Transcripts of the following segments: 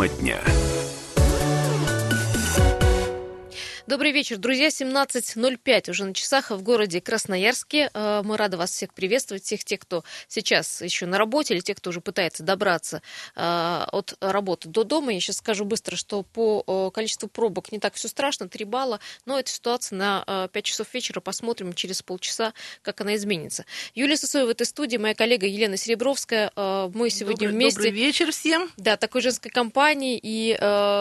Тема дня. Добрый вечер, друзья. 17:05 уже на часах в городе Красноярске. Мы рады вас всех приветствовать, всех тех, кто сейчас еще на работе, или тех, кто уже пытается добраться от работы до дома. Я сейчас скажу быстро, что по количеству пробок не так все страшно, 3 балла, но эта ситуация на 5 часов вечера. Посмотрим через полчаса, как она изменится. Юлия Сысоева в этой студии, моя коллега Елена Серебровская. Мы сегодня вместе. Добрый вечер всем. Да, такой женской компании. И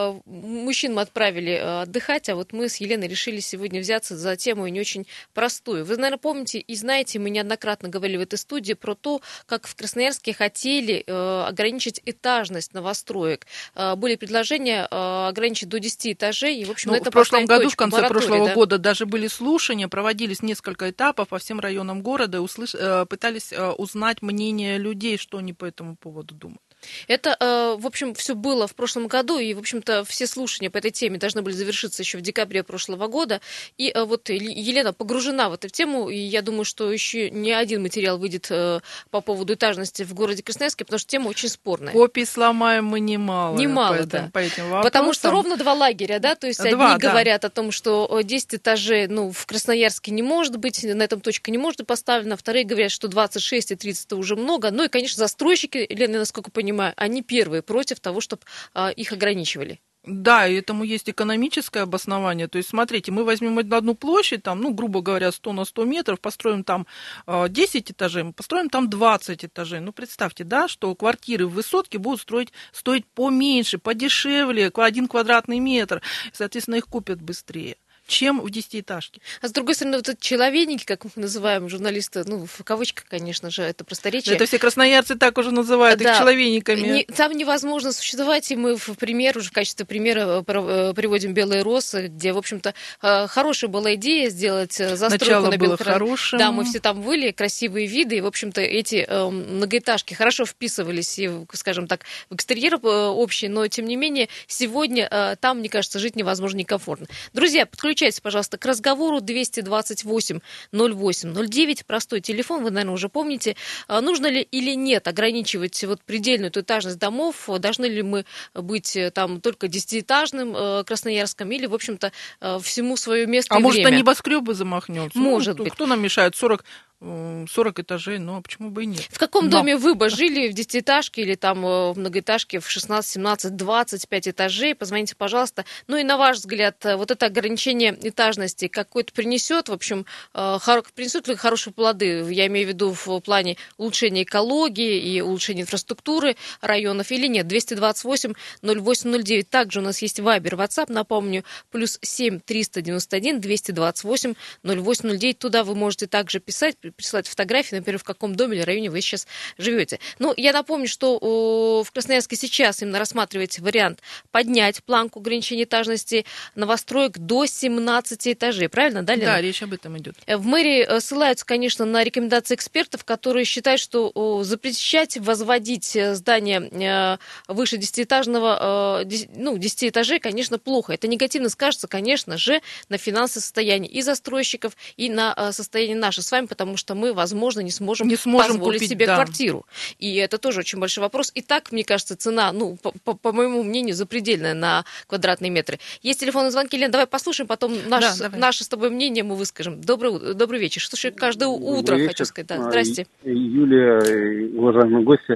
мужчин мы отправили отдыхать, а вот мы с Еленой решили сегодня взяться за тему не очень простую. Вы, наверное, помните и знаете, мы неоднократно говорили в этой студии про то, как в Красноярске хотели ограничить этажность новостроек. Были предложения ограничить до 10 этажей. И, в общем, это в прошлом году, в конце мораторий, прошлого года, даже были слушания, проводились несколько этапов по всем районам города, пытались узнать мнение людей, что они по этому поводу думают. Это, в общем, все было в прошлом году, и, в общем-то, все слушания по этой теме должны были завершиться еще в декабре прошлого года. И вот Елена погружена в эту тему, и я думаю, что еще не один материал выйдет по поводу этажности в городе Красноярске, потому что тема очень спорная. Копий сломаем мы немало да. По этим вопросам. Потому что ровно 2 лагеря, да, то есть одни говорят о том, что 10 этажей, в Красноярске не может быть, на этом точка не может быть поставлена, вторые говорят, что 26 и 30 это уже много, и, конечно, застройщики, Елена, насколько понимаю, они первые против того, чтобы их ограничивали. Да, и этому есть экономическое обоснование. То есть, смотрите, мы возьмем одну площадь, там, грубо говоря, 100 на 100 метров, построим там 10 этажей, мы построим там 20 этажей. Представьте, да, что квартиры в высотке будут стоить поменьше, подешевле, 1 квадратный метр. Соответственно, их купят быстрее, чем в 10-этажке. А с другой стороны, вот эти человеники, как мы их называем, журналисты, в кавычках, конечно же, это просторечие. Это все красноярцы так уже называют их человениками. Там невозможно существовать, и мы в качестве примера приводим «Белые росы», где, в общем-то, хорошая была идея сделать застройку Начало на было Белых. хорошим. Да, мы все там были, красивые виды, и, в общем-то, эти многоэтажки хорошо вписывались, и, скажем так, в экстерьер общий, но, тем не менее, сегодня там, мне кажется, жить невозможно, некомфортно. Друзья, подключайтесь, пожалуйста, к разговору. 228-08-09, простой телефон, вы, наверное, уже помните. Нужно ли или нет ограничивать предельную эту этажность домов? Должны ли мы быть там только 10-этажным Красноярском или, в общем-то, всему свое место и время? А может, на небоскребы замахнемся? Может быть. Кто нам мешает? 40 этажей, почему бы и нет? В каком доме вы бы жили, в 10-этажке или там в многоэтажке в 16, 17, 25 этажей? Позвоните, пожалуйста. И на ваш взгляд, вот это ограничение этажности какое-то принесет, в общем, принесет ли хорошие плоды? Я имею в виду в плане улучшения экологии и улучшения инфраструктуры районов или нет? 228-08-09. Также у нас есть Вайбер, WhatsApp, напомню, +7 391 228 08-09. Туда вы можете также писать, присылать фотографии, например, в каком доме или районе вы сейчас живете. Я напомню, что в Красноярске сейчас именно рассматривается вариант поднять планку ограничения этажности новостроек до 17 этажей. Правильно, да, Лена? Да, речь об этом идет. В мэрии ссылаются, конечно, на рекомендации экспертов, которые считают, что запрещать возводить здание выше 10-этажного, 10 этажей, конечно, плохо. Это негативно скажется, конечно же, на финансовое состояние и застройщиков, и на состояние наше с вами, потому что мы, возможно, не сможем позволить купить себе квартиру. И это тоже очень большой вопрос. И так, мне кажется, цена, по моему мнению, запредельная на квадратные метры. Есть телефонные звонки, Лен, давай послушаем, потом наше с тобой мнение мы выскажем. Добрый вечер. Слушай, каждое утро, хочу сказать. Да. Здрасте. Юлия, уважаемые гости.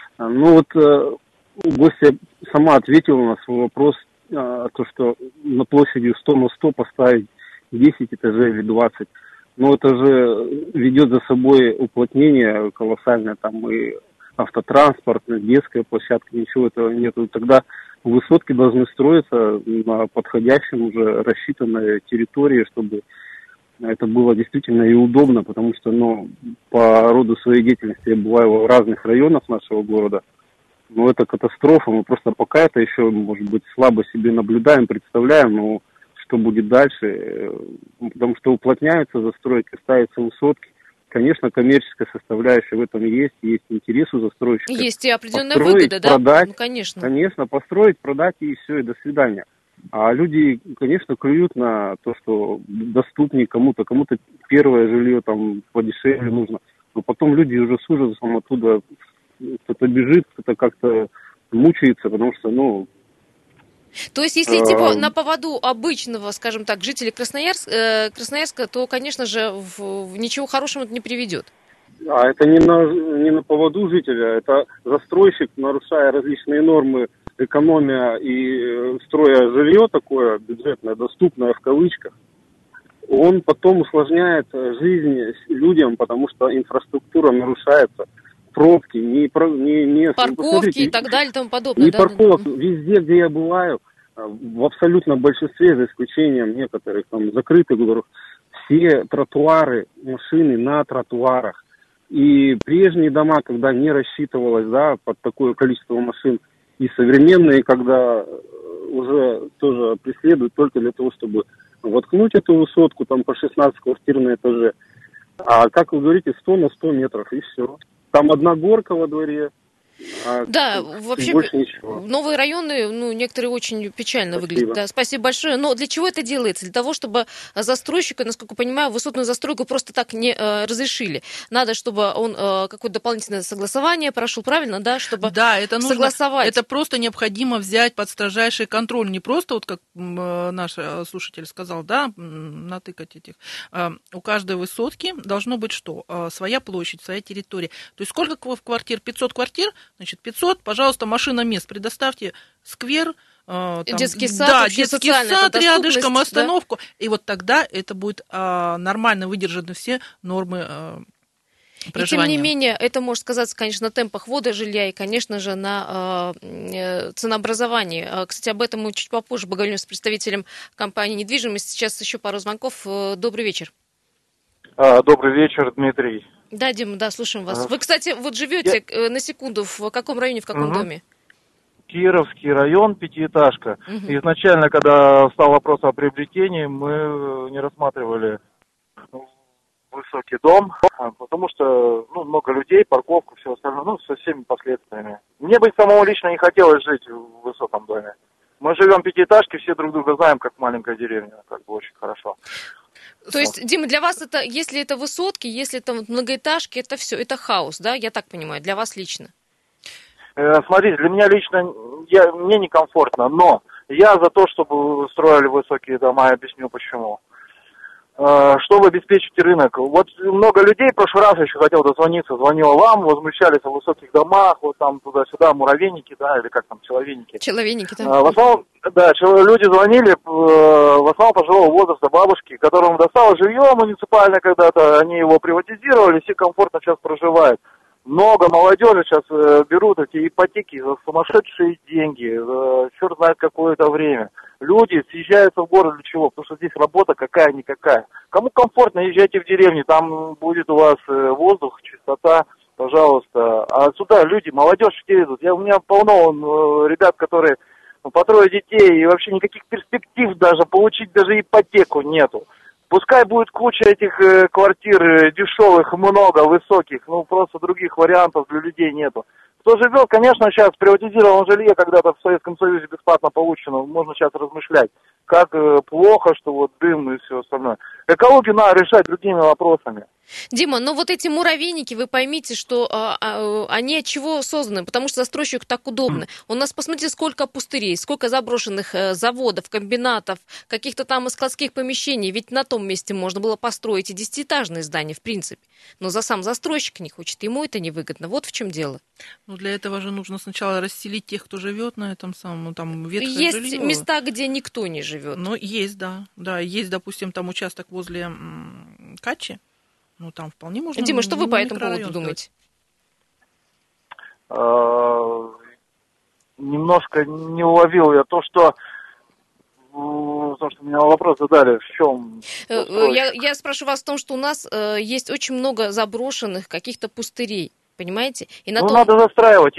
Гостья сама ответила на свой вопрос, то, что на площади 100 на 100 поставить 10 этажей или 20. Это же ведет за собой уплотнение колоссальное, там и автотранспорт, и детская площадка, ничего этого нету. Тогда высотки должны строиться на подходящем уже рассчитанной территории, чтобы это было действительно и удобно, потому что, по роду своей деятельности я бываю в разных районах нашего города, это катастрофа, мы просто пока это еще, может быть, слабо себе наблюдаем, представляем, что будет дальше, потому что уплотняются застройки, ставятся высотки. Конечно, коммерческая составляющая в этом есть интерес у застройщика. Есть и определенная выгода, да? Продать, конечно. Конечно, построить, продать и все, и до свидания. А люди, конечно, клюют на то, что доступнее кому-то первое жилье там подешевле нужно. Но потом люди уже с ужасом оттуда кто-то бежит, кто-то как-то мучается, потому что, То есть, если идти на поводу обычного, скажем так, жителя Красноярска, то, конечно же, ничего хорошего это не приведет. А это не на поводу жителя, это застройщик, нарушая различные нормы, экономия и строя жилье такое бюджетное, доступное в кавычках, он потом усложняет жизнь людям, потому что инфраструктура нарушается, пробки, парковки и так далее и тому подобное. Парковки. Везде, где я бываю, в абсолютном большинстве, за исключением некоторых там закрытых дорог, все тротуары, машины на тротуарах. И прежние дома, когда не рассчитывалось, да, под такое количество машин, и современные, когда уже тоже преследуют только для того, чтобы воткнуть эту высотку там по 16 квартир на этаже. А как вы говорите, 100 на 100 метров, и все. Там одна горка во дворе. Да, вообще новые районы, некоторые очень печально выглядят. Да, спасибо большое. Но для чего это делается? Для того, чтобы застройщика, насколько понимаю, высотную застройку просто так не разрешили. Надо, чтобы он какое-то дополнительное согласование прошел, правильно, да, чтобы это нужно, согласовать. Это просто необходимо взять под строжайший контроль. Не просто, вот как наш слушатель сказал, да, натыкать этих. У каждой высотки должно быть что? Своя площадь, своя территория. То есть сколько квартир? 500 квартир? Значит, 500, пожалуйста, машина мест. Предоставьте сквер, детский сад, детский сад рядышком, остановку. Да? И вот тогда это будет нормально выдержаны все нормы проживания. И тем не менее, это может сказаться, конечно, на темпах ввода жилья и, конечно же, на ценообразовании. Кстати, об этом мы чуть попозже поговорим с представителем компании «Недвижимость». Сейчас еще пару звонков. Добрый вечер. Добрый вечер, Дмитрий. Да, Дима, да, слушаем вас. Вы, кстати, вот живете, на секунду, в каком районе, в каком доме? Кировский район, пятиэтажка. Изначально, когда встал вопрос о приобретении, мы не рассматривали высокий дом, потому что много людей, парковку, все остальное, со всеми последствиями. Мне бы самому лично не хотелось жить в высоком доме. Мы живем в пятиэтажке, все друг друга знаем, как маленькая деревня, как бы очень хорошо. То есть, Дима, для вас это, если это высотки, если это многоэтажки, это все, это хаос, да, я так понимаю, для вас лично? Смотрите, для меня лично, мне некомфортно, но я за то, чтобы строили высокие дома, я объясню почему. Чтобы обеспечить рынок. Вот много людей, в прошлый раз еще хотел дозвониться, звонил вам, возмущались о высоких домах, вот там туда-сюда, муравейники, да, или как там, человейники. Человейники, да. В основном, да, люди звонили, в основном пожилого возраста бабушки, которым досталось жилье муниципальное когда-то, они его приватизировали, все комфортно сейчас проживают. Много молодежи сейчас берут эти ипотеки за сумасшедшие деньги, черт знает какое-то время. Люди съезжаются в город для чего? Потому что здесь работа какая-никакая. Кому комфортно, езжайте в деревню, там будет у вас воздух, чистота, пожалуйста. А сюда люди, молодежь едут. У меня полно ребят, которые по 3 детей, и вообще никаких перспектив даже, получить даже ипотеку нету. Пускай будет куча этих квартир дешевых, много, высоких, просто других вариантов для людей нету. Кто живет, конечно, сейчас в приватизированном жилье, когда-то в Советском Союзе бесплатно получено, можно сейчас размышлять, как плохо, что вот дым и все остальное. Экологию надо решать другими вопросами. Дима, вот эти муравейники, вы поймите, что они от чего созданы, потому что застройщику так удобно. У нас, посмотрите, сколько пустырей, сколько заброшенных заводов, комбинатов, каких-то там складских помещений, ведь на том месте можно было построить и 10-этажные здания, в принципе. Но сам застройщик не хочет, ему это невыгодно. Вот в чем дело. Для этого же нужно сначала расселить тех, кто живет на этом самом, там, ветхое жилье. Есть места, где никто не живет. Есть, да. Да, есть, допустим, там участок возле Качи. Там вполне можно... Дима, что вы по этому поводу думаете? Немножко не уловил я то, что... Потому что меня вопрос задали, в чем... Я спрашиваю вас в том, что у нас есть очень много заброшенных каких-то пустырей, понимаете? И надо застраивать.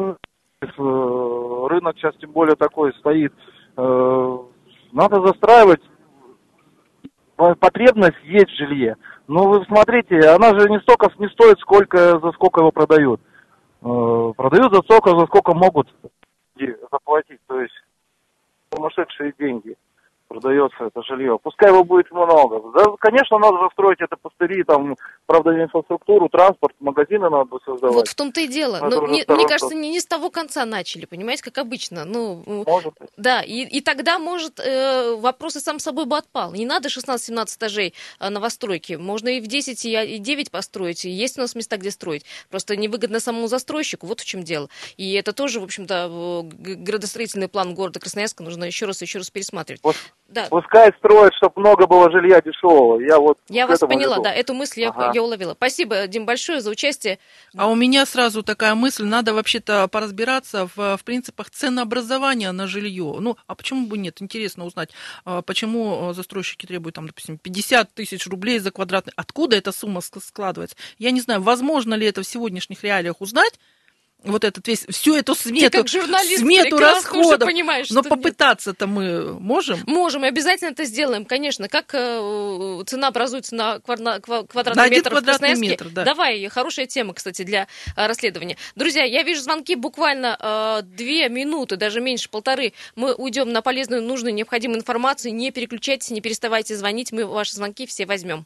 Рынок сейчас тем более такой стоит. Надо застраивать. Потребность есть в жилье. Вы смотрите, она же не стоит, за сколько его продают. Продают за сколько могут заплатить. То есть сумасшедшие деньги. продается это жилье. Пускай его будет много. Да, конечно, надо же строить это пустыри, там, правда, инфраструктуру, транспорт, магазины надо создавать. Вот в том-то и дело. Ну, мне кажется, не с того конца начали, понимаете, как обычно. Ну, может быть. Да, и тогда, может, вопрос и сам собой бы отпал. Не надо 16-17 этажей новостройки. Можно и в 10, и 9 построить. И есть у нас места, где строить. Просто невыгодно самому застройщику. Вот в чем дело. И это тоже, в общем-то, градостроительный план города Красноярска нужно еще раз пересматривать. Да. Пускай строят, чтобы много было жилья дешевого. Я вас поняла, веду. да, эту мысль я уловила. Спасибо, Дим, большое за участие. А у меня сразу такая мысль, надо вообще-то поразбираться в принципах ценообразования на жилье. Ну, а почему бы нет? Интересно узнать, почему застройщики требуют, там, допустим, 50 тысяч рублей за квадратный. Откуда эта сумма складывается? Я не знаю, возможно ли это в сегодняшних реалиях узнать, вот этот всю эту смету расходов, но попытаться-то мы можем? Можем, и обязательно это сделаем, конечно. Как цена образуется на квадратный метр в Красноярске? Да. Давай, хорошая тема, кстати, для расследования. Друзья, я вижу звонки буквально 2 минуты, даже меньше, 1,5. Мы уйдем на полезную, нужную, необходимую информацию. Не переключайтесь, не переставайте звонить. Мы ваши звонки все возьмем.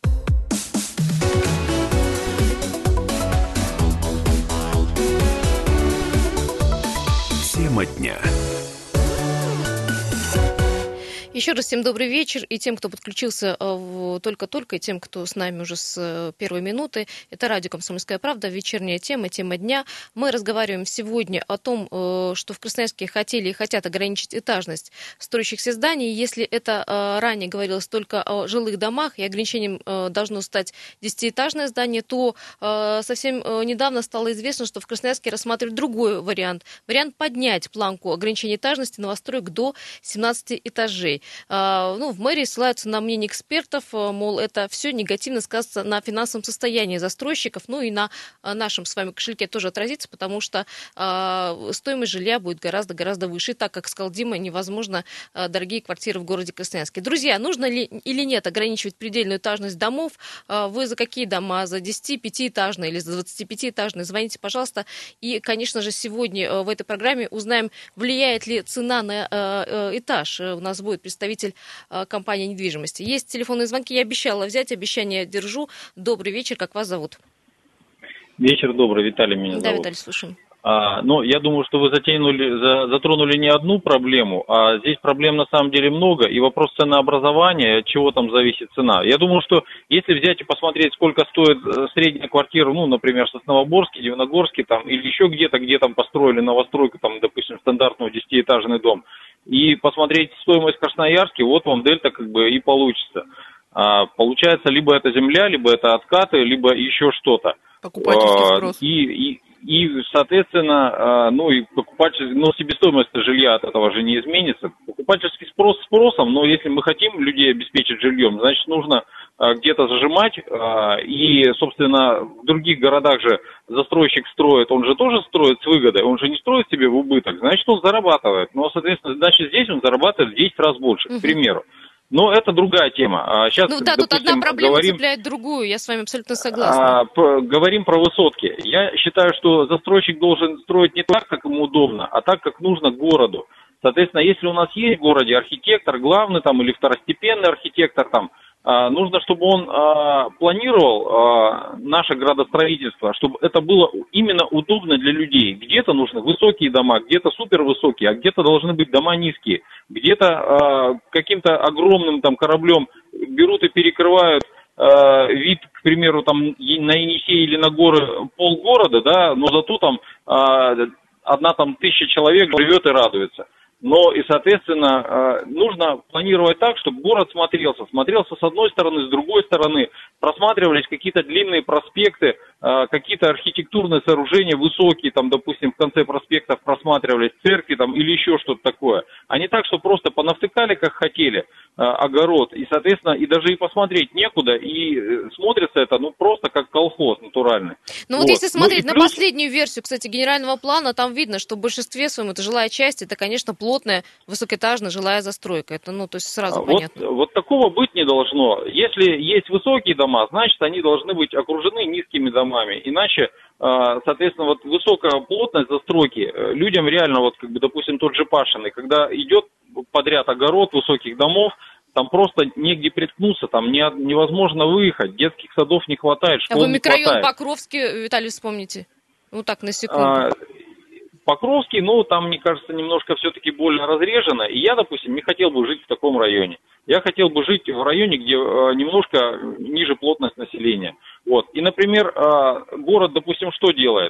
Тема дня. Еще раз всем добрый вечер, и тем, кто подключился только-только, и тем, кто с нами уже с первой минуты. Это радио «Комсомольская правда», вечерняя тема дня. Мы разговариваем сегодня о том, что в Красноярске хотели и хотят ограничить этажность строящихся зданий. Если это ранее говорилось только о жилых домах, и ограничением должно стать 10-этажное здание, то совсем недавно стало известно, что в Красноярске рассматривают другой вариант. Вариант поднять планку ограничения этажности новостроек до 17 этажей. В мэрии ссылаются на мнение экспертов, мол, это все негативно скажется на финансовом состоянии застройщиков, ну и на нашем с вами кошельке тоже отразится, потому что стоимость жилья будет гораздо-гораздо выше. И так, как сказал Дима, невозможно дорогие квартиры в городе Красноярске. Друзья, нужно ли или нет ограничивать предельную этажность домов? Вы за какие дома? За 10-5-этажные или за 25-этажные? Звоните, пожалуйста. И, конечно же, сегодня в этой программе узнаем, влияет ли цена на этаж. У нас будет представитель компании недвижимости. Есть телефонные звонки, я обещала взять, обещание держу. Добрый вечер, как вас зовут? Вечер добрый, Виталий меня зовут. Да, Виталий, слушаем. Я думаю, что вы затронули не одну проблему, а здесь проблем на самом деле много, и вопрос ценообразования, от чего там зависит цена. Я думаю, что если взять и посмотреть, сколько стоит средняя квартира, например, в Сосновоборске, Дивногорске, там, или еще где-то, где там построили новостройку, там, допустим, стандартный 10-этажный дом, и посмотреть стоимость в Красноярске, вот вам дельта и получится. Получается, либо это земля, либо это откаты, либо еще что-то. Покупательский спрос. И, соответственно, себестоимость жилья от этого же не изменится. Покупательский спрос спросом, но если мы хотим людей обеспечить жильем, значит, нужно где-то зажимать. И, собственно, в других городах же застройщик строит, он же тоже строит с выгодой, он же не строит себе в убыток, значит, он зарабатывает. Но, соответственно, значит, здесь он зарабатывает в 10 раз больше, к примеру. Но это другая тема. Сейчас, тут одна проблема цепляет другую, я с вами абсолютно согласна. Говорим про высотки. Я считаю, что застройщик должен строить не так, как ему удобно, а так, как нужно городу. Соответственно, если у нас есть в городе архитектор, главный там или второстепенный архитектор там, нужно, чтобы он планировал наше градостроительство, чтобы это было именно удобно для людей. Где-то нужны высокие дома, где-то супервысокие, а где-то должны быть дома низкие. Где-то каким-то огромным там кораблем берут и перекрывают вид, к примеру, там на Енисей или на горы полгорода, да, но зато там 1000 человек живет и радуется. Но и, соответственно, нужно планировать так, чтобы город смотрелся с одной стороны, с другой стороны, просматривались какие-то длинные проспекты, какие-то архитектурные сооружения высокие, там, допустим, в конце проспектов просматривались церкви там, или еще что-то такое. А не так, что просто понавтыкали, как хотели, огород, и, соответственно, и даже и посмотреть некуда, и смотрится это, просто как колхоз натуральный. Вот если смотреть на последнюю версию, кстати, генерального плана, там видно, что в большинстве своем это жилая часть, это, конечно, плотная, высокоэтажная жилая застройка. Это, то есть сразу понятно. Вот такого быть не должно. Если есть высокие дома, значит, они должны быть окружены низкими домами. Иначе, соответственно, высокая плотность застройки людям реально, допустим, тот же Пашиный, когда идет подряд огород высоких домов, там просто негде приткнуться, там невозможно выехать, детских садов не хватает, школ вы не микрорайон хватает. Покровский, Виталий, вспомните. Ну так, на секунду. Покровский, там, мне кажется, немножко все-таки более разрежено. И я, допустим, не хотел бы жить в таком районе. Я хотел бы жить в районе, где немножко ниже плотность населения. Вот. И, например, город, допустим, что делает?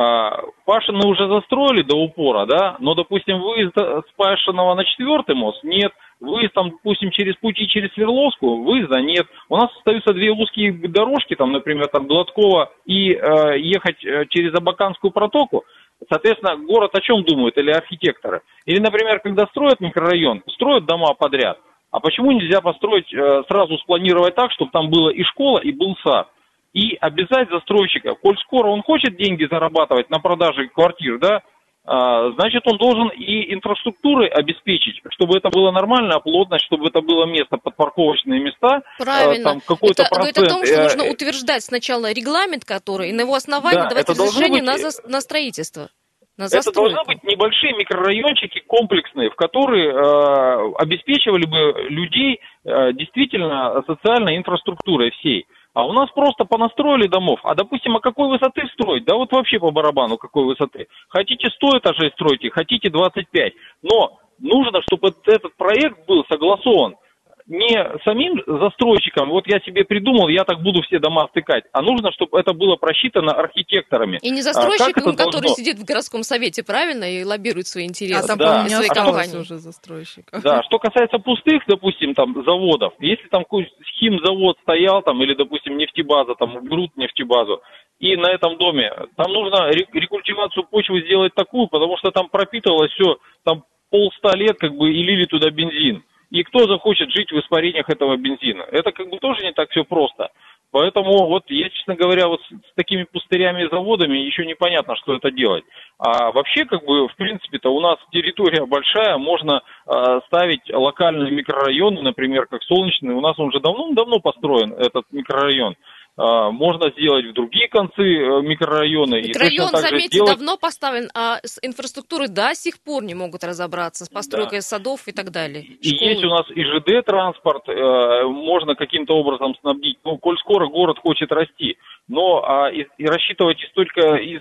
Пашино уже застроили до упора, да, но, допустим, выезд с Пашиного на 4-й мост нет, выезд там, допустим, через пути через Свердловскую, выезда нет. У нас остаются две узкие дорожки, там, например, там Гладкова и ехать через Абаканскую протоку. Соответственно, город о чем думает, или архитекторы? Или, например, когда строят микрорайон, строят дома подряд. А почему нельзя построить, сразу спланировать так, чтобы там была и школа, и был сад? И обязать застройщика, коль скоро он хочет деньги зарабатывать на продаже квартир, да, значит, он должен и инфраструктурой обеспечить, чтобы это была нормальная плотность, чтобы это было место под парковочные места. Правильно. Там какой-то это процент. говорит о том, что нужно утверждать сначала регламент, который, и на его основании давать разрешение на строительство. Это должны быть небольшие микрорайончики комплексные, в которые обеспечивали бы людей действительно социальной инфраструктурой всей. А у нас просто понастроили домов. А, допустим, какой высоты строить? Да вот вообще по барабану какой высоты. Хотите 100 этажей стройте, хотите 25. Но нужно, чтобы этот проект был согласован не самим застройщиком, вот я себе придумал, я так буду все дома втыкать, а нужно, чтобы это было просчитано архитекторами. И не застройщиком, который сидит в городском совете, правильно, и лоббирует свои интересы. А там, да, не своей компании. Уже застройщиков. Да, что касается пустых, допустим, там, заводов, если там какой-то химзавод стоял, там, или, допустим, нефтебаза, там, берут нефтебазу, и на этом доме, там нужно рекультивацию почвы сделать такую, потому что там пропитывалось все, там 100 лет, как бы, и лили туда бензин. И кто захочет жить в испарениях этого бензина? Это как бы тоже не так все просто. Поэтому вот я, честно говоря, вот с такими пустырями и заводами еще непонятно, что это делать. А вообще, как бы, в принципе-то у нас территория большая, можно ставить локальные микрорайоны, например, как Солнечный. У нас он уже давно построен, этот микрорайон. Можно сделать в другие концы микрорайона. Микрорайон, заметьте, давно поставлен, а с инфраструктурой до сих пор не могут разобраться, с постройкой садов и так далее. И есть у нас и ЖД-транспорт, можно каким-то образом снабдить, коль скоро город хочет расти. Но и рассчитывать только из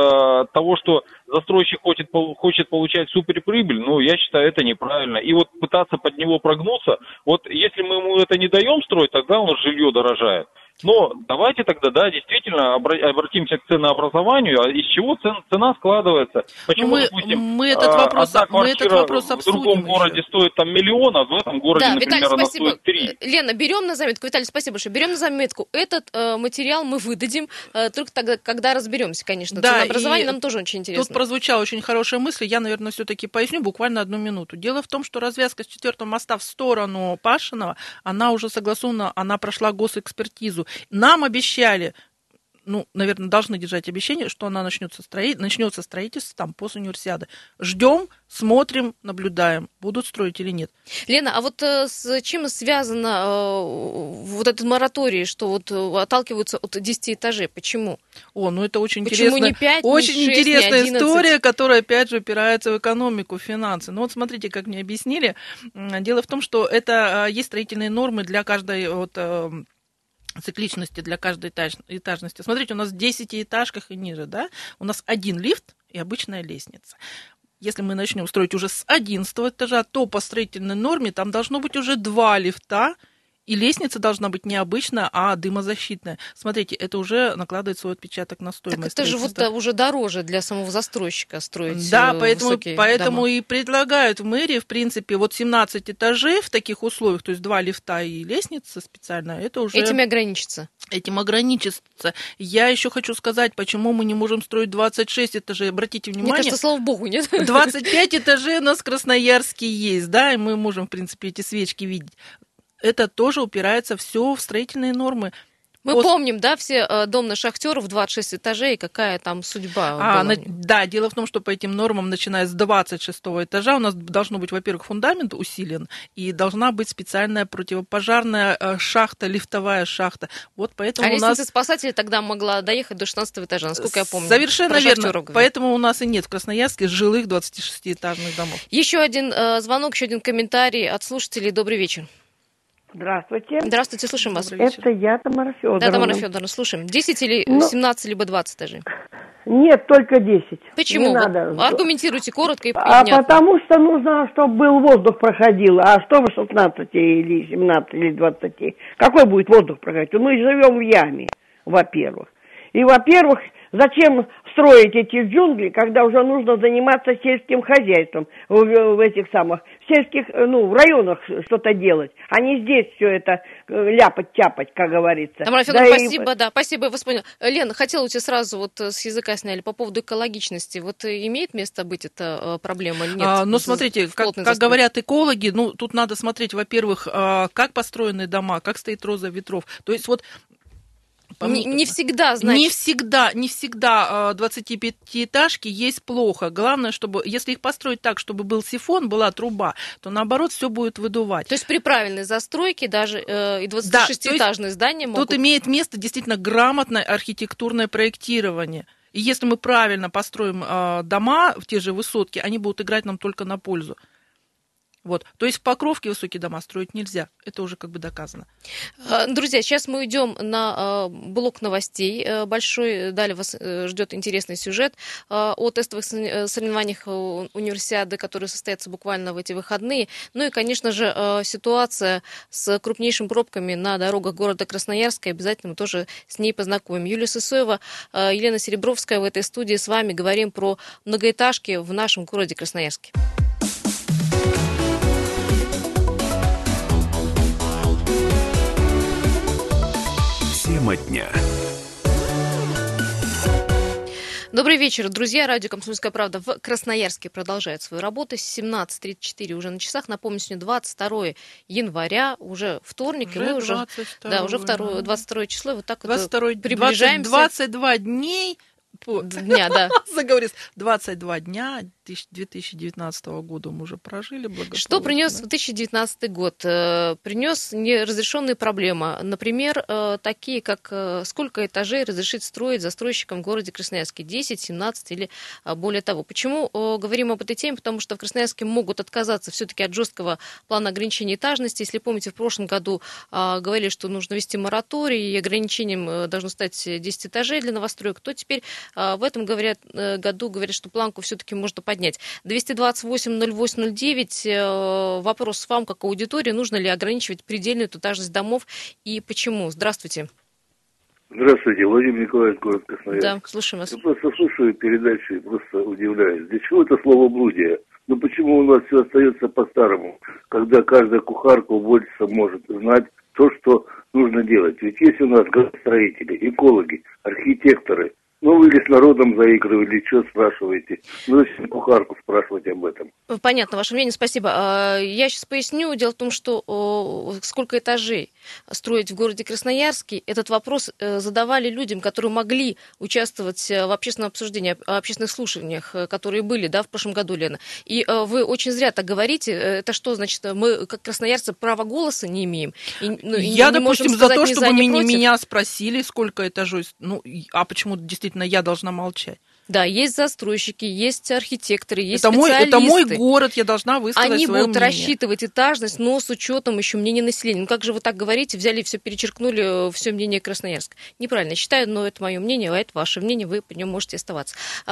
того, что застройщик хочет получать суперприбыль, я считаю, это неправильно. И вот пытаться под него прогнуться, вот если мы ему это не даем строить, тогда у нас жилье дорожает. Но давайте тогда, да, действительно обратимся к ценообразованию, из чего цена складывается. Почему, допустим, мы этот вопрос в другом городе стоит там миллион, а в этом городе, да, например, Виталий, она спасибо. стоит 3. Лена, берем на заметку. Виталий, спасибо большое. Берем на заметку. Этот материал мы выдадим только тогда, когда разберемся, конечно. Да, ценообразование нам тоже очень интересно. Тут прозвучала очень хорошая мысль. Я, наверное, все-таки поясню буквально 1 минуту. Дело в том, что развязка с 4-го моста в сторону Пашиного, она уже согласована, она прошла госэкспертизу. Нам обещали, наверное, должны держать обещание, что она начнется строительство там после универсиады. Ждем, смотрим, наблюдаем, будут строить или нет. Лена, а вот с чем связано вот этот мораторий, что вот отталкиваются от 10 этажей? Почему? Это очень Почему интересно. Не 5, очень не 6, интересная не 11? история, которая, опять же, опирается в экономику, в финансы. Смотрите, как мне объяснили. Дело в том, что это есть строительные нормы для каждой цикличности, для каждой этажности. Смотрите, у нас в 10-этажках и ниже, да, у нас 1 лифт и обычная лестница. Если мы начнем строить уже с 11 этажа, то по строительной норме там должно быть уже 2 лифта, и лестница должна быть не обычная, а дымозащитная. Смотрите, это уже накладывает свой отпечаток на стоимость. Так это же уже дороже для самого застройщика строить. Да, поэтому дома. И предлагают в мэрии, в принципе, 17 этажей в таких условиях, то есть 2 лифта и лестница специальная, это уже... Этим ограничится. Я еще хочу сказать, почему мы не можем строить 26 этажей. Обратите внимание. Мне кажется, слава богу, нет. 25 этажей у нас в Красноярске есть, да, и мы можем, в принципе, эти свечки видеть. Это тоже упирается все в строительные нормы. Мы помним, да, все дом на Шахтеров, 26 этажей, какая там судьба была. Да, дело в том, что по этим нормам, начиная с 26 этажа, у нас должно быть, во-первых, фундамент усилен, и должна быть специальная противопожарная шахта, лифтовая шахта. Вот поэтому лестница спасателей тогда могла доехать до 16 этажа, насколько я помню. Совершенно верно. Поэтому у нас и нет в Красноярске жилых 26-этажных домов. Еще один звонок, еще один комментарий от слушателей. Добрый вечер. Здравствуйте. Здравствуйте, слушаем вас. Это я, Тамара Федоровна. Да, Тамара Федоровна, слушаем. 10 или 17, либо 20 этажей? Нет, только 10. Почему? Не надо. Аргументируйте коротко и внятно. Потому что нужно, чтобы был воздух проходил. А что вы 16 или 17 или 20? Какой будет воздух проходить? Мы живем в яме, во-первых. И, во-первых, зачем строить эти джунгли, когда уже нужно заниматься сельским хозяйством в этих самых сельских, в районах что-то делать, а не здесь все это ляпать-тяпать, как говорится. Тамара Федоровна, спасибо, спасибо, вас понял. Лен, хотела у тебя сразу с языка сняли по поводу экологичности. Имеет место быть эта проблема или нет? Смотрите, как говорят экологи, тут надо смотреть, во-первых, как построены дома, как стоит роза ветров. То есть Не всегда, значит. Не всегда 25-этажки есть плохо. Главное, чтобы, если их построить так, чтобы был сифон, была труба, то наоборот все будет выдувать. То есть при правильной застройке даже и 26-этажные здания могут... Тут имеет место действительно грамотное архитектурное проектирование. И если мы правильно построим дома в те же высотки, они будут играть нам только на пользу. То есть в Покровке высокие дома строить нельзя. Это уже доказано. Друзья, сейчас мы идем на блок новостей большой. Далее вас ждет интересный сюжет о тестовых соревнованиях универсиады, которые состоятся буквально в эти выходные. И, конечно же, ситуация с крупнейшими пробками на дорогах города Красноярска. Обязательно мы тоже с ней познакомим. Юлия Сысоева, Елена Серебровская в этой студии. С вами говорим про многоэтажки в нашем городе Красноярске. Тема дня. Добрый вечер, друзья. Радио «Комсомольская правда» в Красноярске продолжает свою работу. 17:34 уже на часах. Напомню, сегодня 22 января, уже вторник. Уже и мы 22, уже 22 число. И 22, приближаемся. 22 дней. Дня, да. Заговорилась. 22 дня 2019 года мы уже прожили благополучно. Что принес 2019 год? Принес неразрешенные проблемы. Например, такие, как сколько этажей разрешить строить застройщикам в городе Красноярске? 10, 17 или более того. Почему говорим об этой теме? Потому что в Красноярске могут отказаться все-таки от жесткого плана ограничения этажности. Если помните, в прошлом году говорили, что нужно ввести мораторий, и ограничением должно стать 10 этажей для новостроек, то теперь в этом году говорят, что планку все-таки можно поднять. 228-08-09. Вопрос вам, как аудитории, нужно ли ограничивать предельную этажность домов и почему? Здравствуйте. Здравствуйте, Владимир Николаевич, город Красноярск. Да, слушаем вас. Я просто слушаю передачи и просто удивляюсь. Для чего это словоблудие? Почему у нас все остается по-старому, когда каждая кухарка, уборщица может знать то, что нужно делать? Ведь есть у нас градостроители, экологи, архитекторы. Вы или с народом заигрывали, что спрашиваете? Зачем кухарку спрашивать об этом? Понятно, ваше мнение, спасибо. Я сейчас поясню. Дело в том, что сколько этажей строить в городе Красноярске, этот вопрос задавали людям, которые могли участвовать в общественном обсуждении, общественных слушаниях, которые были, в прошлом году, Лена. И вы очень зря так говорите. Это что, значит, мы, как красноярцы, права голоса не имеем? Я, допустим, за то, чтобы меня спросили, сколько этажей, а почему действительно я должна молчать? Да, есть застройщики, есть архитекторы, есть специалисты. Это мой город, я должна высказать свое мнение. Они будут рассчитывать этажность, но с учетом еще мнения населения. Как же вы так говорите, взяли и все перечеркнули, все мнение Красноярска? Неправильно считаю, но это мое мнение, а это ваше мнение, вы по нему можете оставаться.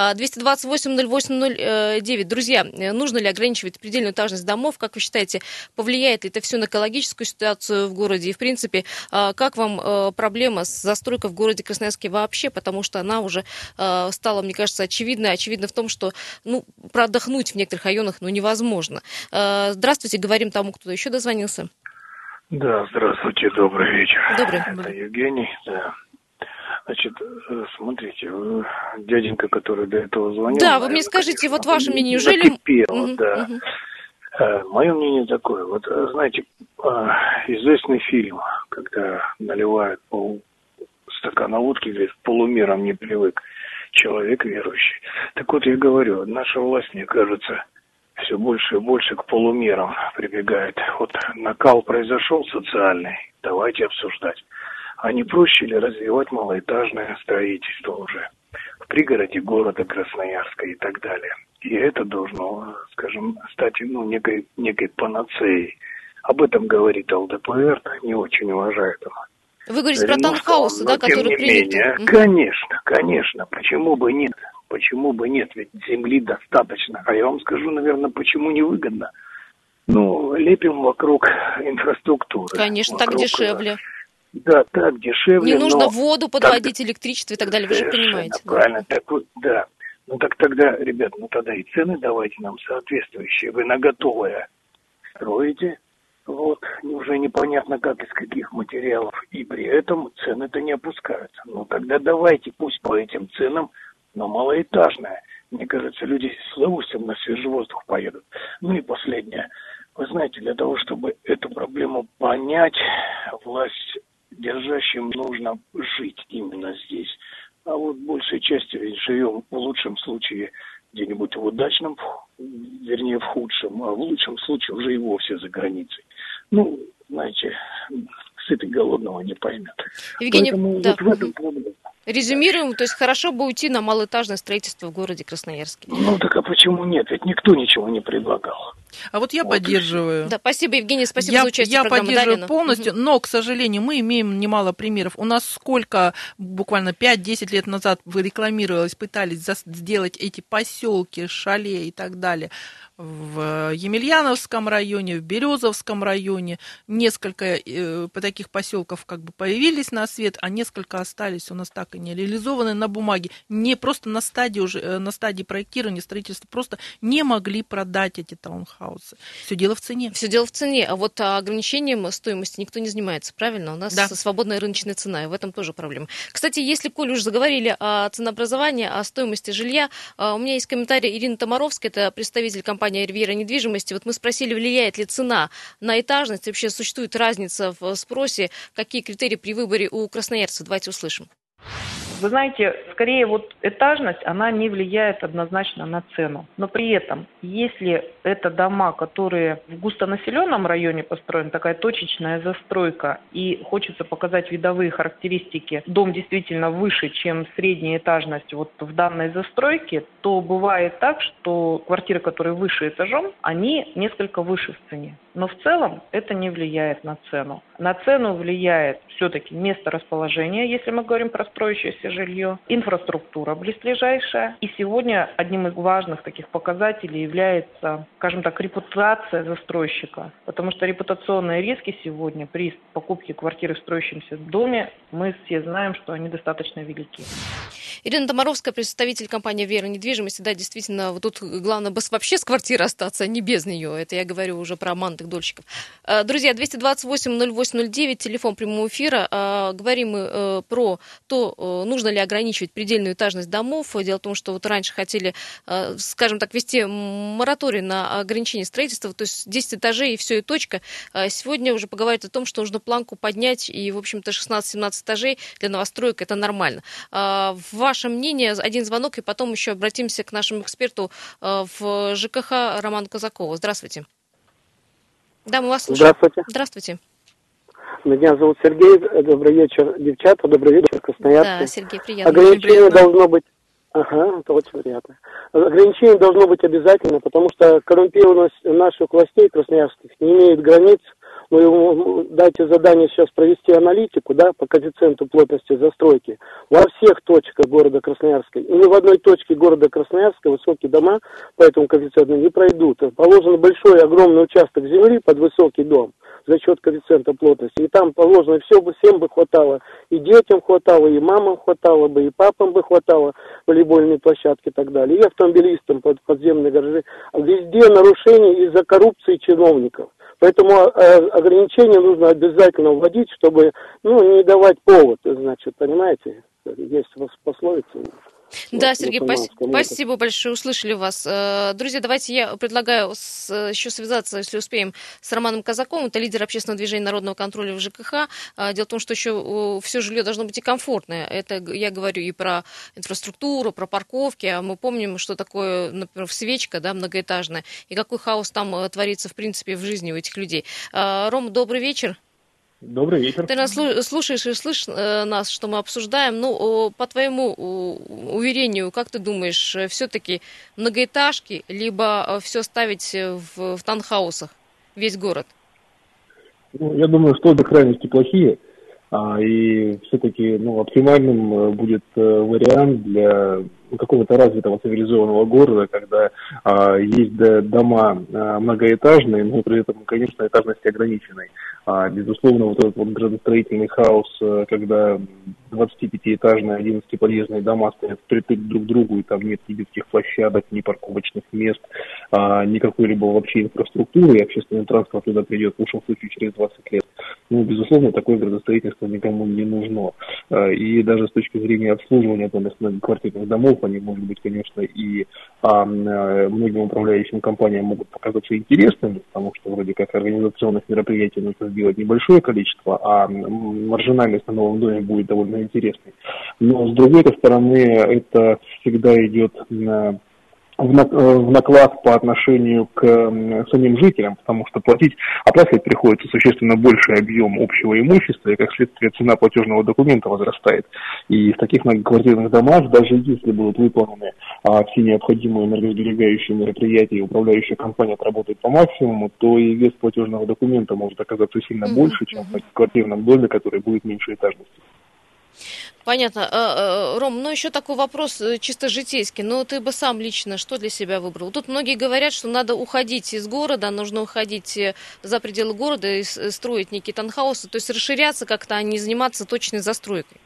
228-08-09. Друзья, нужно ли ограничивать предельную этажность домов? Как вы считаете, повлияет ли это все на экологическую ситуацию в городе? И, в принципе, как вам проблема с застройкой в городе Красноярске вообще? Потому что она уже стала, мне кажется, очевидно в том, что продохнуть в некоторых районах невозможно. Здравствуйте, говорим тому, кто еще дозвонился. Да, здравствуйте, добрый вечер. Добрый. Это Евгений, да. Значит, смотрите, дяденька, который до этого звонил... Да, вы мне скажите, ваше мнение, неужели... Накипело, да. Мое мнение такое, знаете, известный фильм, когда наливают полстакана водки, говорит, полумером не привык человек верующий. Так вот, я говорю, наша власть, мне кажется, все больше и больше к полумерам прибегает. Накал произошел социальный, давайте обсуждать. А не проще ли развивать малоэтажное строительство уже в пригороде города Красноярска и так далее? И это должно, скажем, стать некой панацеей Об этом говорит ЛДПР, не очень уважает их. Вы говорите про таунхаусы, да, которые приняты? Конечно. Почему бы нет? Почему бы нет? Ведь земли достаточно. А я вам скажу, наверное, почему невыгодно. Лепим вокруг инфраструктуры. Конечно, так дешевле. Да, так дешевле. Не нужно воду подводить, электричество и так далее, вы же понимаете. Правильно, да. Так тогда, ребят, тогда и цены давайте нам соответствующие. Вы на готовое строите, уже непонятно как, из каких материалов, и при этом цены-то не опускаются. Тогда давайте, пусть по этим ценам, но малоэтажное. Мне кажется, люди с удовольствием на свежий воздух поедут. И последнее. Вы знаете, для того, чтобы эту проблему понять, власть держащим нужно жить именно здесь. А большей частью ведь живем в лучшем случае где-нибудь в удачном, вернее в худшем, а в лучшем случае уже и вовсе за границей. Знаете, сытый голодного не поймет. Евгений, поэтому да. в этом проблема. Резюмируем, то есть хорошо бы уйти на малоэтажное строительство в городе Красноярске. Так а почему нет? Ведь никто ничего не предлагал. А я поддерживаю. Да, спасибо, Евгений, спасибо за участие в программе. Я поддерживаю полностью, но, к сожалению, мы имеем немало примеров. У нас буквально 5-10 лет назад рекламировалось, пытались сделать эти поселки, шале и так далее в Емельяновском районе, в Березовском районе. Несколько таких поселков появились на свет, а несколько остались у нас так и не реализованы на бумаге. Не просто на стадии проектирования, строительства, просто не могли продать эти таунхаусы. Все дело в цене. Все дело в цене. А ограничением стоимости никто не занимается, правильно? У нас свободная рыночная цена, и в этом тоже проблема. Кстати, если, коль уж заговорили о ценообразовании, о стоимости жилья, у меня есть комментарий Ирины Томаровской, это представитель компании «Ривьера недвижимости». Мы спросили, влияет ли цена на этажность, вообще существует разница в спросе, какие критерии при выборе у красноярцев. Давайте услышим. Вы знаете, скорее этажность, она не влияет однозначно на цену. Но при этом, если это дома, которые в густонаселенном районе построены, такая точечная застройка, и хочется показать видовые характеристики, дом действительно выше, чем средняя этажность в данной застройке, то бывает так, что квартиры, которые выше этажом, они несколько выше в цене. Но в целом это не влияет на цену. На цену влияет все-таки место расположения, если мы говорим про строящееся жилье, инфраструктура близлежащая. И сегодня одним из важных таких показателей является, скажем так, репутация застройщика. Потому что репутационные риски сегодня при покупке квартиры в строящемся доме, мы все знаем, что они достаточно велики. Ирина Томаровская, представитель компании «Ривьера недвижимости». Да, действительно, тут главное вообще с квартиры остаться, а не без нее. Это я говорю уже про мантых дольщиков. Друзья, 228-08-09, телефон прямого эфира. Говорим мы про то, нужно ли ограничивать предельную этажность домов. Дело в том, что раньше хотели, скажем так, ввести мораторий на ограничение строительства, то есть 10 этажей и все, и точка. Сегодня уже поговорят о том, что нужно планку поднять, и, в общем-то, 16-17 этажей для новостроек – это нормально. Ваше мнение, один звонок, и потом еще обратимся к нашему эксперту в ЖКХ Роману Казакову. Здравствуйте. Да, мы вас слушаем. Здравствуйте. Меня зовут Сергей. Добрый вечер, девчата. Добрый вечер, красноярцы. Да, Сергей, приятно. Ограничение должно быть... Ага, это очень приятно. Ограничение должно быть обязательно, потому что коррумпированность наших властей красноярских не имеет границ. Вы ему дайте задание сейчас провести аналитику, по коэффициенту плотности застройки во всех точках города Красноярска. И ни в одной точке города Красноярска высокие дома по этому коэффициенту не пройдут. Положен большой, огромный участок земли под высокий дом за счет коэффициента плотности. И там положено всем бы хватало. И детям хватало, и мамам хватало бы, и папам бы хватало, волейбольные площадки и так далее. И автомобилистам под подземные гаражи. Везде нарушения из-за коррупции чиновников. Поэтому ограничения нужно обязательно вводить, чтобы не давать повод, понимаете? Есть у вас пословица. Да, Сергей, спасибо большое, услышали вас. Друзья, давайте я предлагаю еще связаться, если успеем, с Романом Казаковым, это лидер общественного движения народного контроля в ЖКХ. Дело в том, что еще все жилье должно быть и комфортное. Это я говорю и про инфраструктуру, про парковки. А мы помним, что такое, например, свечка, многоэтажная, и какой хаос там творится, в принципе, в жизни у этих людей. Ром, добрый вечер. Добрый вечер. Ты нас слушаешь и слышишь нас, что мы обсуждаем. По твоему уверению, как ты думаешь, все-таки многоэтажки, либо все ставить в таунхаусах, весь город? Ну, я думаю, что обе крайности плохие. И все-таки оптимальным будет вариант для какого-то развитого цивилизованного города, когда есть дома многоэтажные, но при этом, конечно, этажности ограниченной. Безусловно, вот этот вот градостроительный хаос, когда 25-этажные, 11-подъездные дома стоят впритык друг к другу, и там нет ни детских площадок, ни парковочных мест, ни какой-либо вообще инфраструктуры, и общественный транспорт туда придет в лучшем случае через 20 лет. Безусловно, такое градостроительство никому не нужно. И даже с точки зрения обслуживания многоквартирных домов, они, может быть, конечно, и многим управляющим компаниям могут показаться интересными, потому что вроде как организационных мероприятий нужно сделать небольшое количество, а маржинальность на новом доме будет довольно интересной. Но, с другой стороны, это всегда идет в наклад по отношению к самим жителям, потому что оплачивать приходится существенно больший объем общего имущества, и как следствие цена платежного документа возрастает. И в таких многоквартирных домах, даже если будут выполнены все необходимые энергосберегающие мероприятия, и управляющая компания отработает по максимуму, то и вес платежного документа может оказаться сильно больше, чем в многоквартирном доме, который будет меньше этажности. Понятно. Ром, еще такой вопрос чисто житейский. Ты бы сам лично что для себя выбрал? Тут многие говорят, что надо уходить из города, нужно уходить за пределы города и строить некие таунхаусы, то есть расширяться как-то, а не заниматься точной застройкой.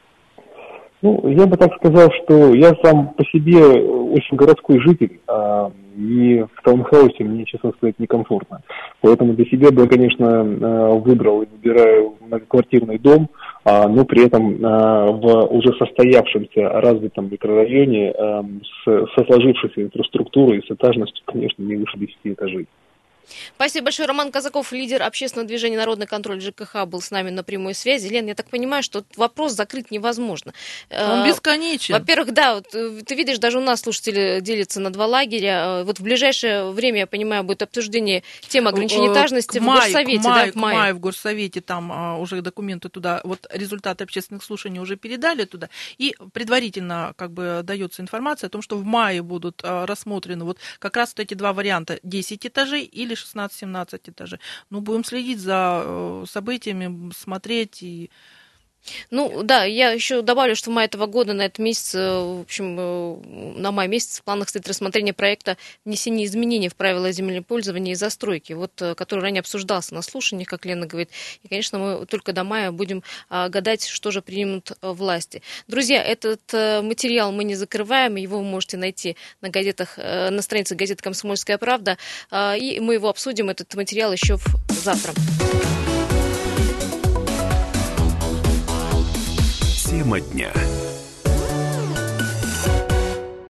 Я бы так сказал, что я сам по себе очень городской житель, и в таунхаусе мне, честно сказать, некомфортно. Поэтому для себя бы я, конечно, выбрал и выбираю многоквартирный дом, но при этом в уже состоявшемся развитом микрорайоне со сложившейся инфраструктурой и с этажностью, конечно, не выше 10 этажей. Спасибо большое. Роман Казаков, лидер общественного движения «Народный контроль» ЖКХ, был с нами на прямой связи. Лен, я так понимаю, что вопрос закрыть невозможно. Он бесконечен. Во-первых, да, ты видишь, даже у нас слушатели делятся на два лагеря. В ближайшее время, я понимаю, будет обсуждение темы ограничения этажности в Горсовете. К маю в Горсовете, там уже документы туда, результаты общественных слушаний уже передали туда. И предварительно дается информация о том, что в мае будут рассмотрены как раз эти два варианта: 10 этажей или 16-17 этажей. Будем следить за событиями, смотреть и... Да, я еще добавлю, что в мае этого года, на этот месяц, в общем, на май месяц в планах стоит рассмотрение проекта внесения изменений в правила землепользования и застройки, который ранее обсуждался на слушаниях, как Лена говорит. И, конечно, мы только до мая будем гадать, что же примут власти. Друзья, этот материал мы не закрываем, его вы можете найти на странице газеты «Комсомольская правда», и мы его обсудим, этот материал, еще завтра. Тема дня.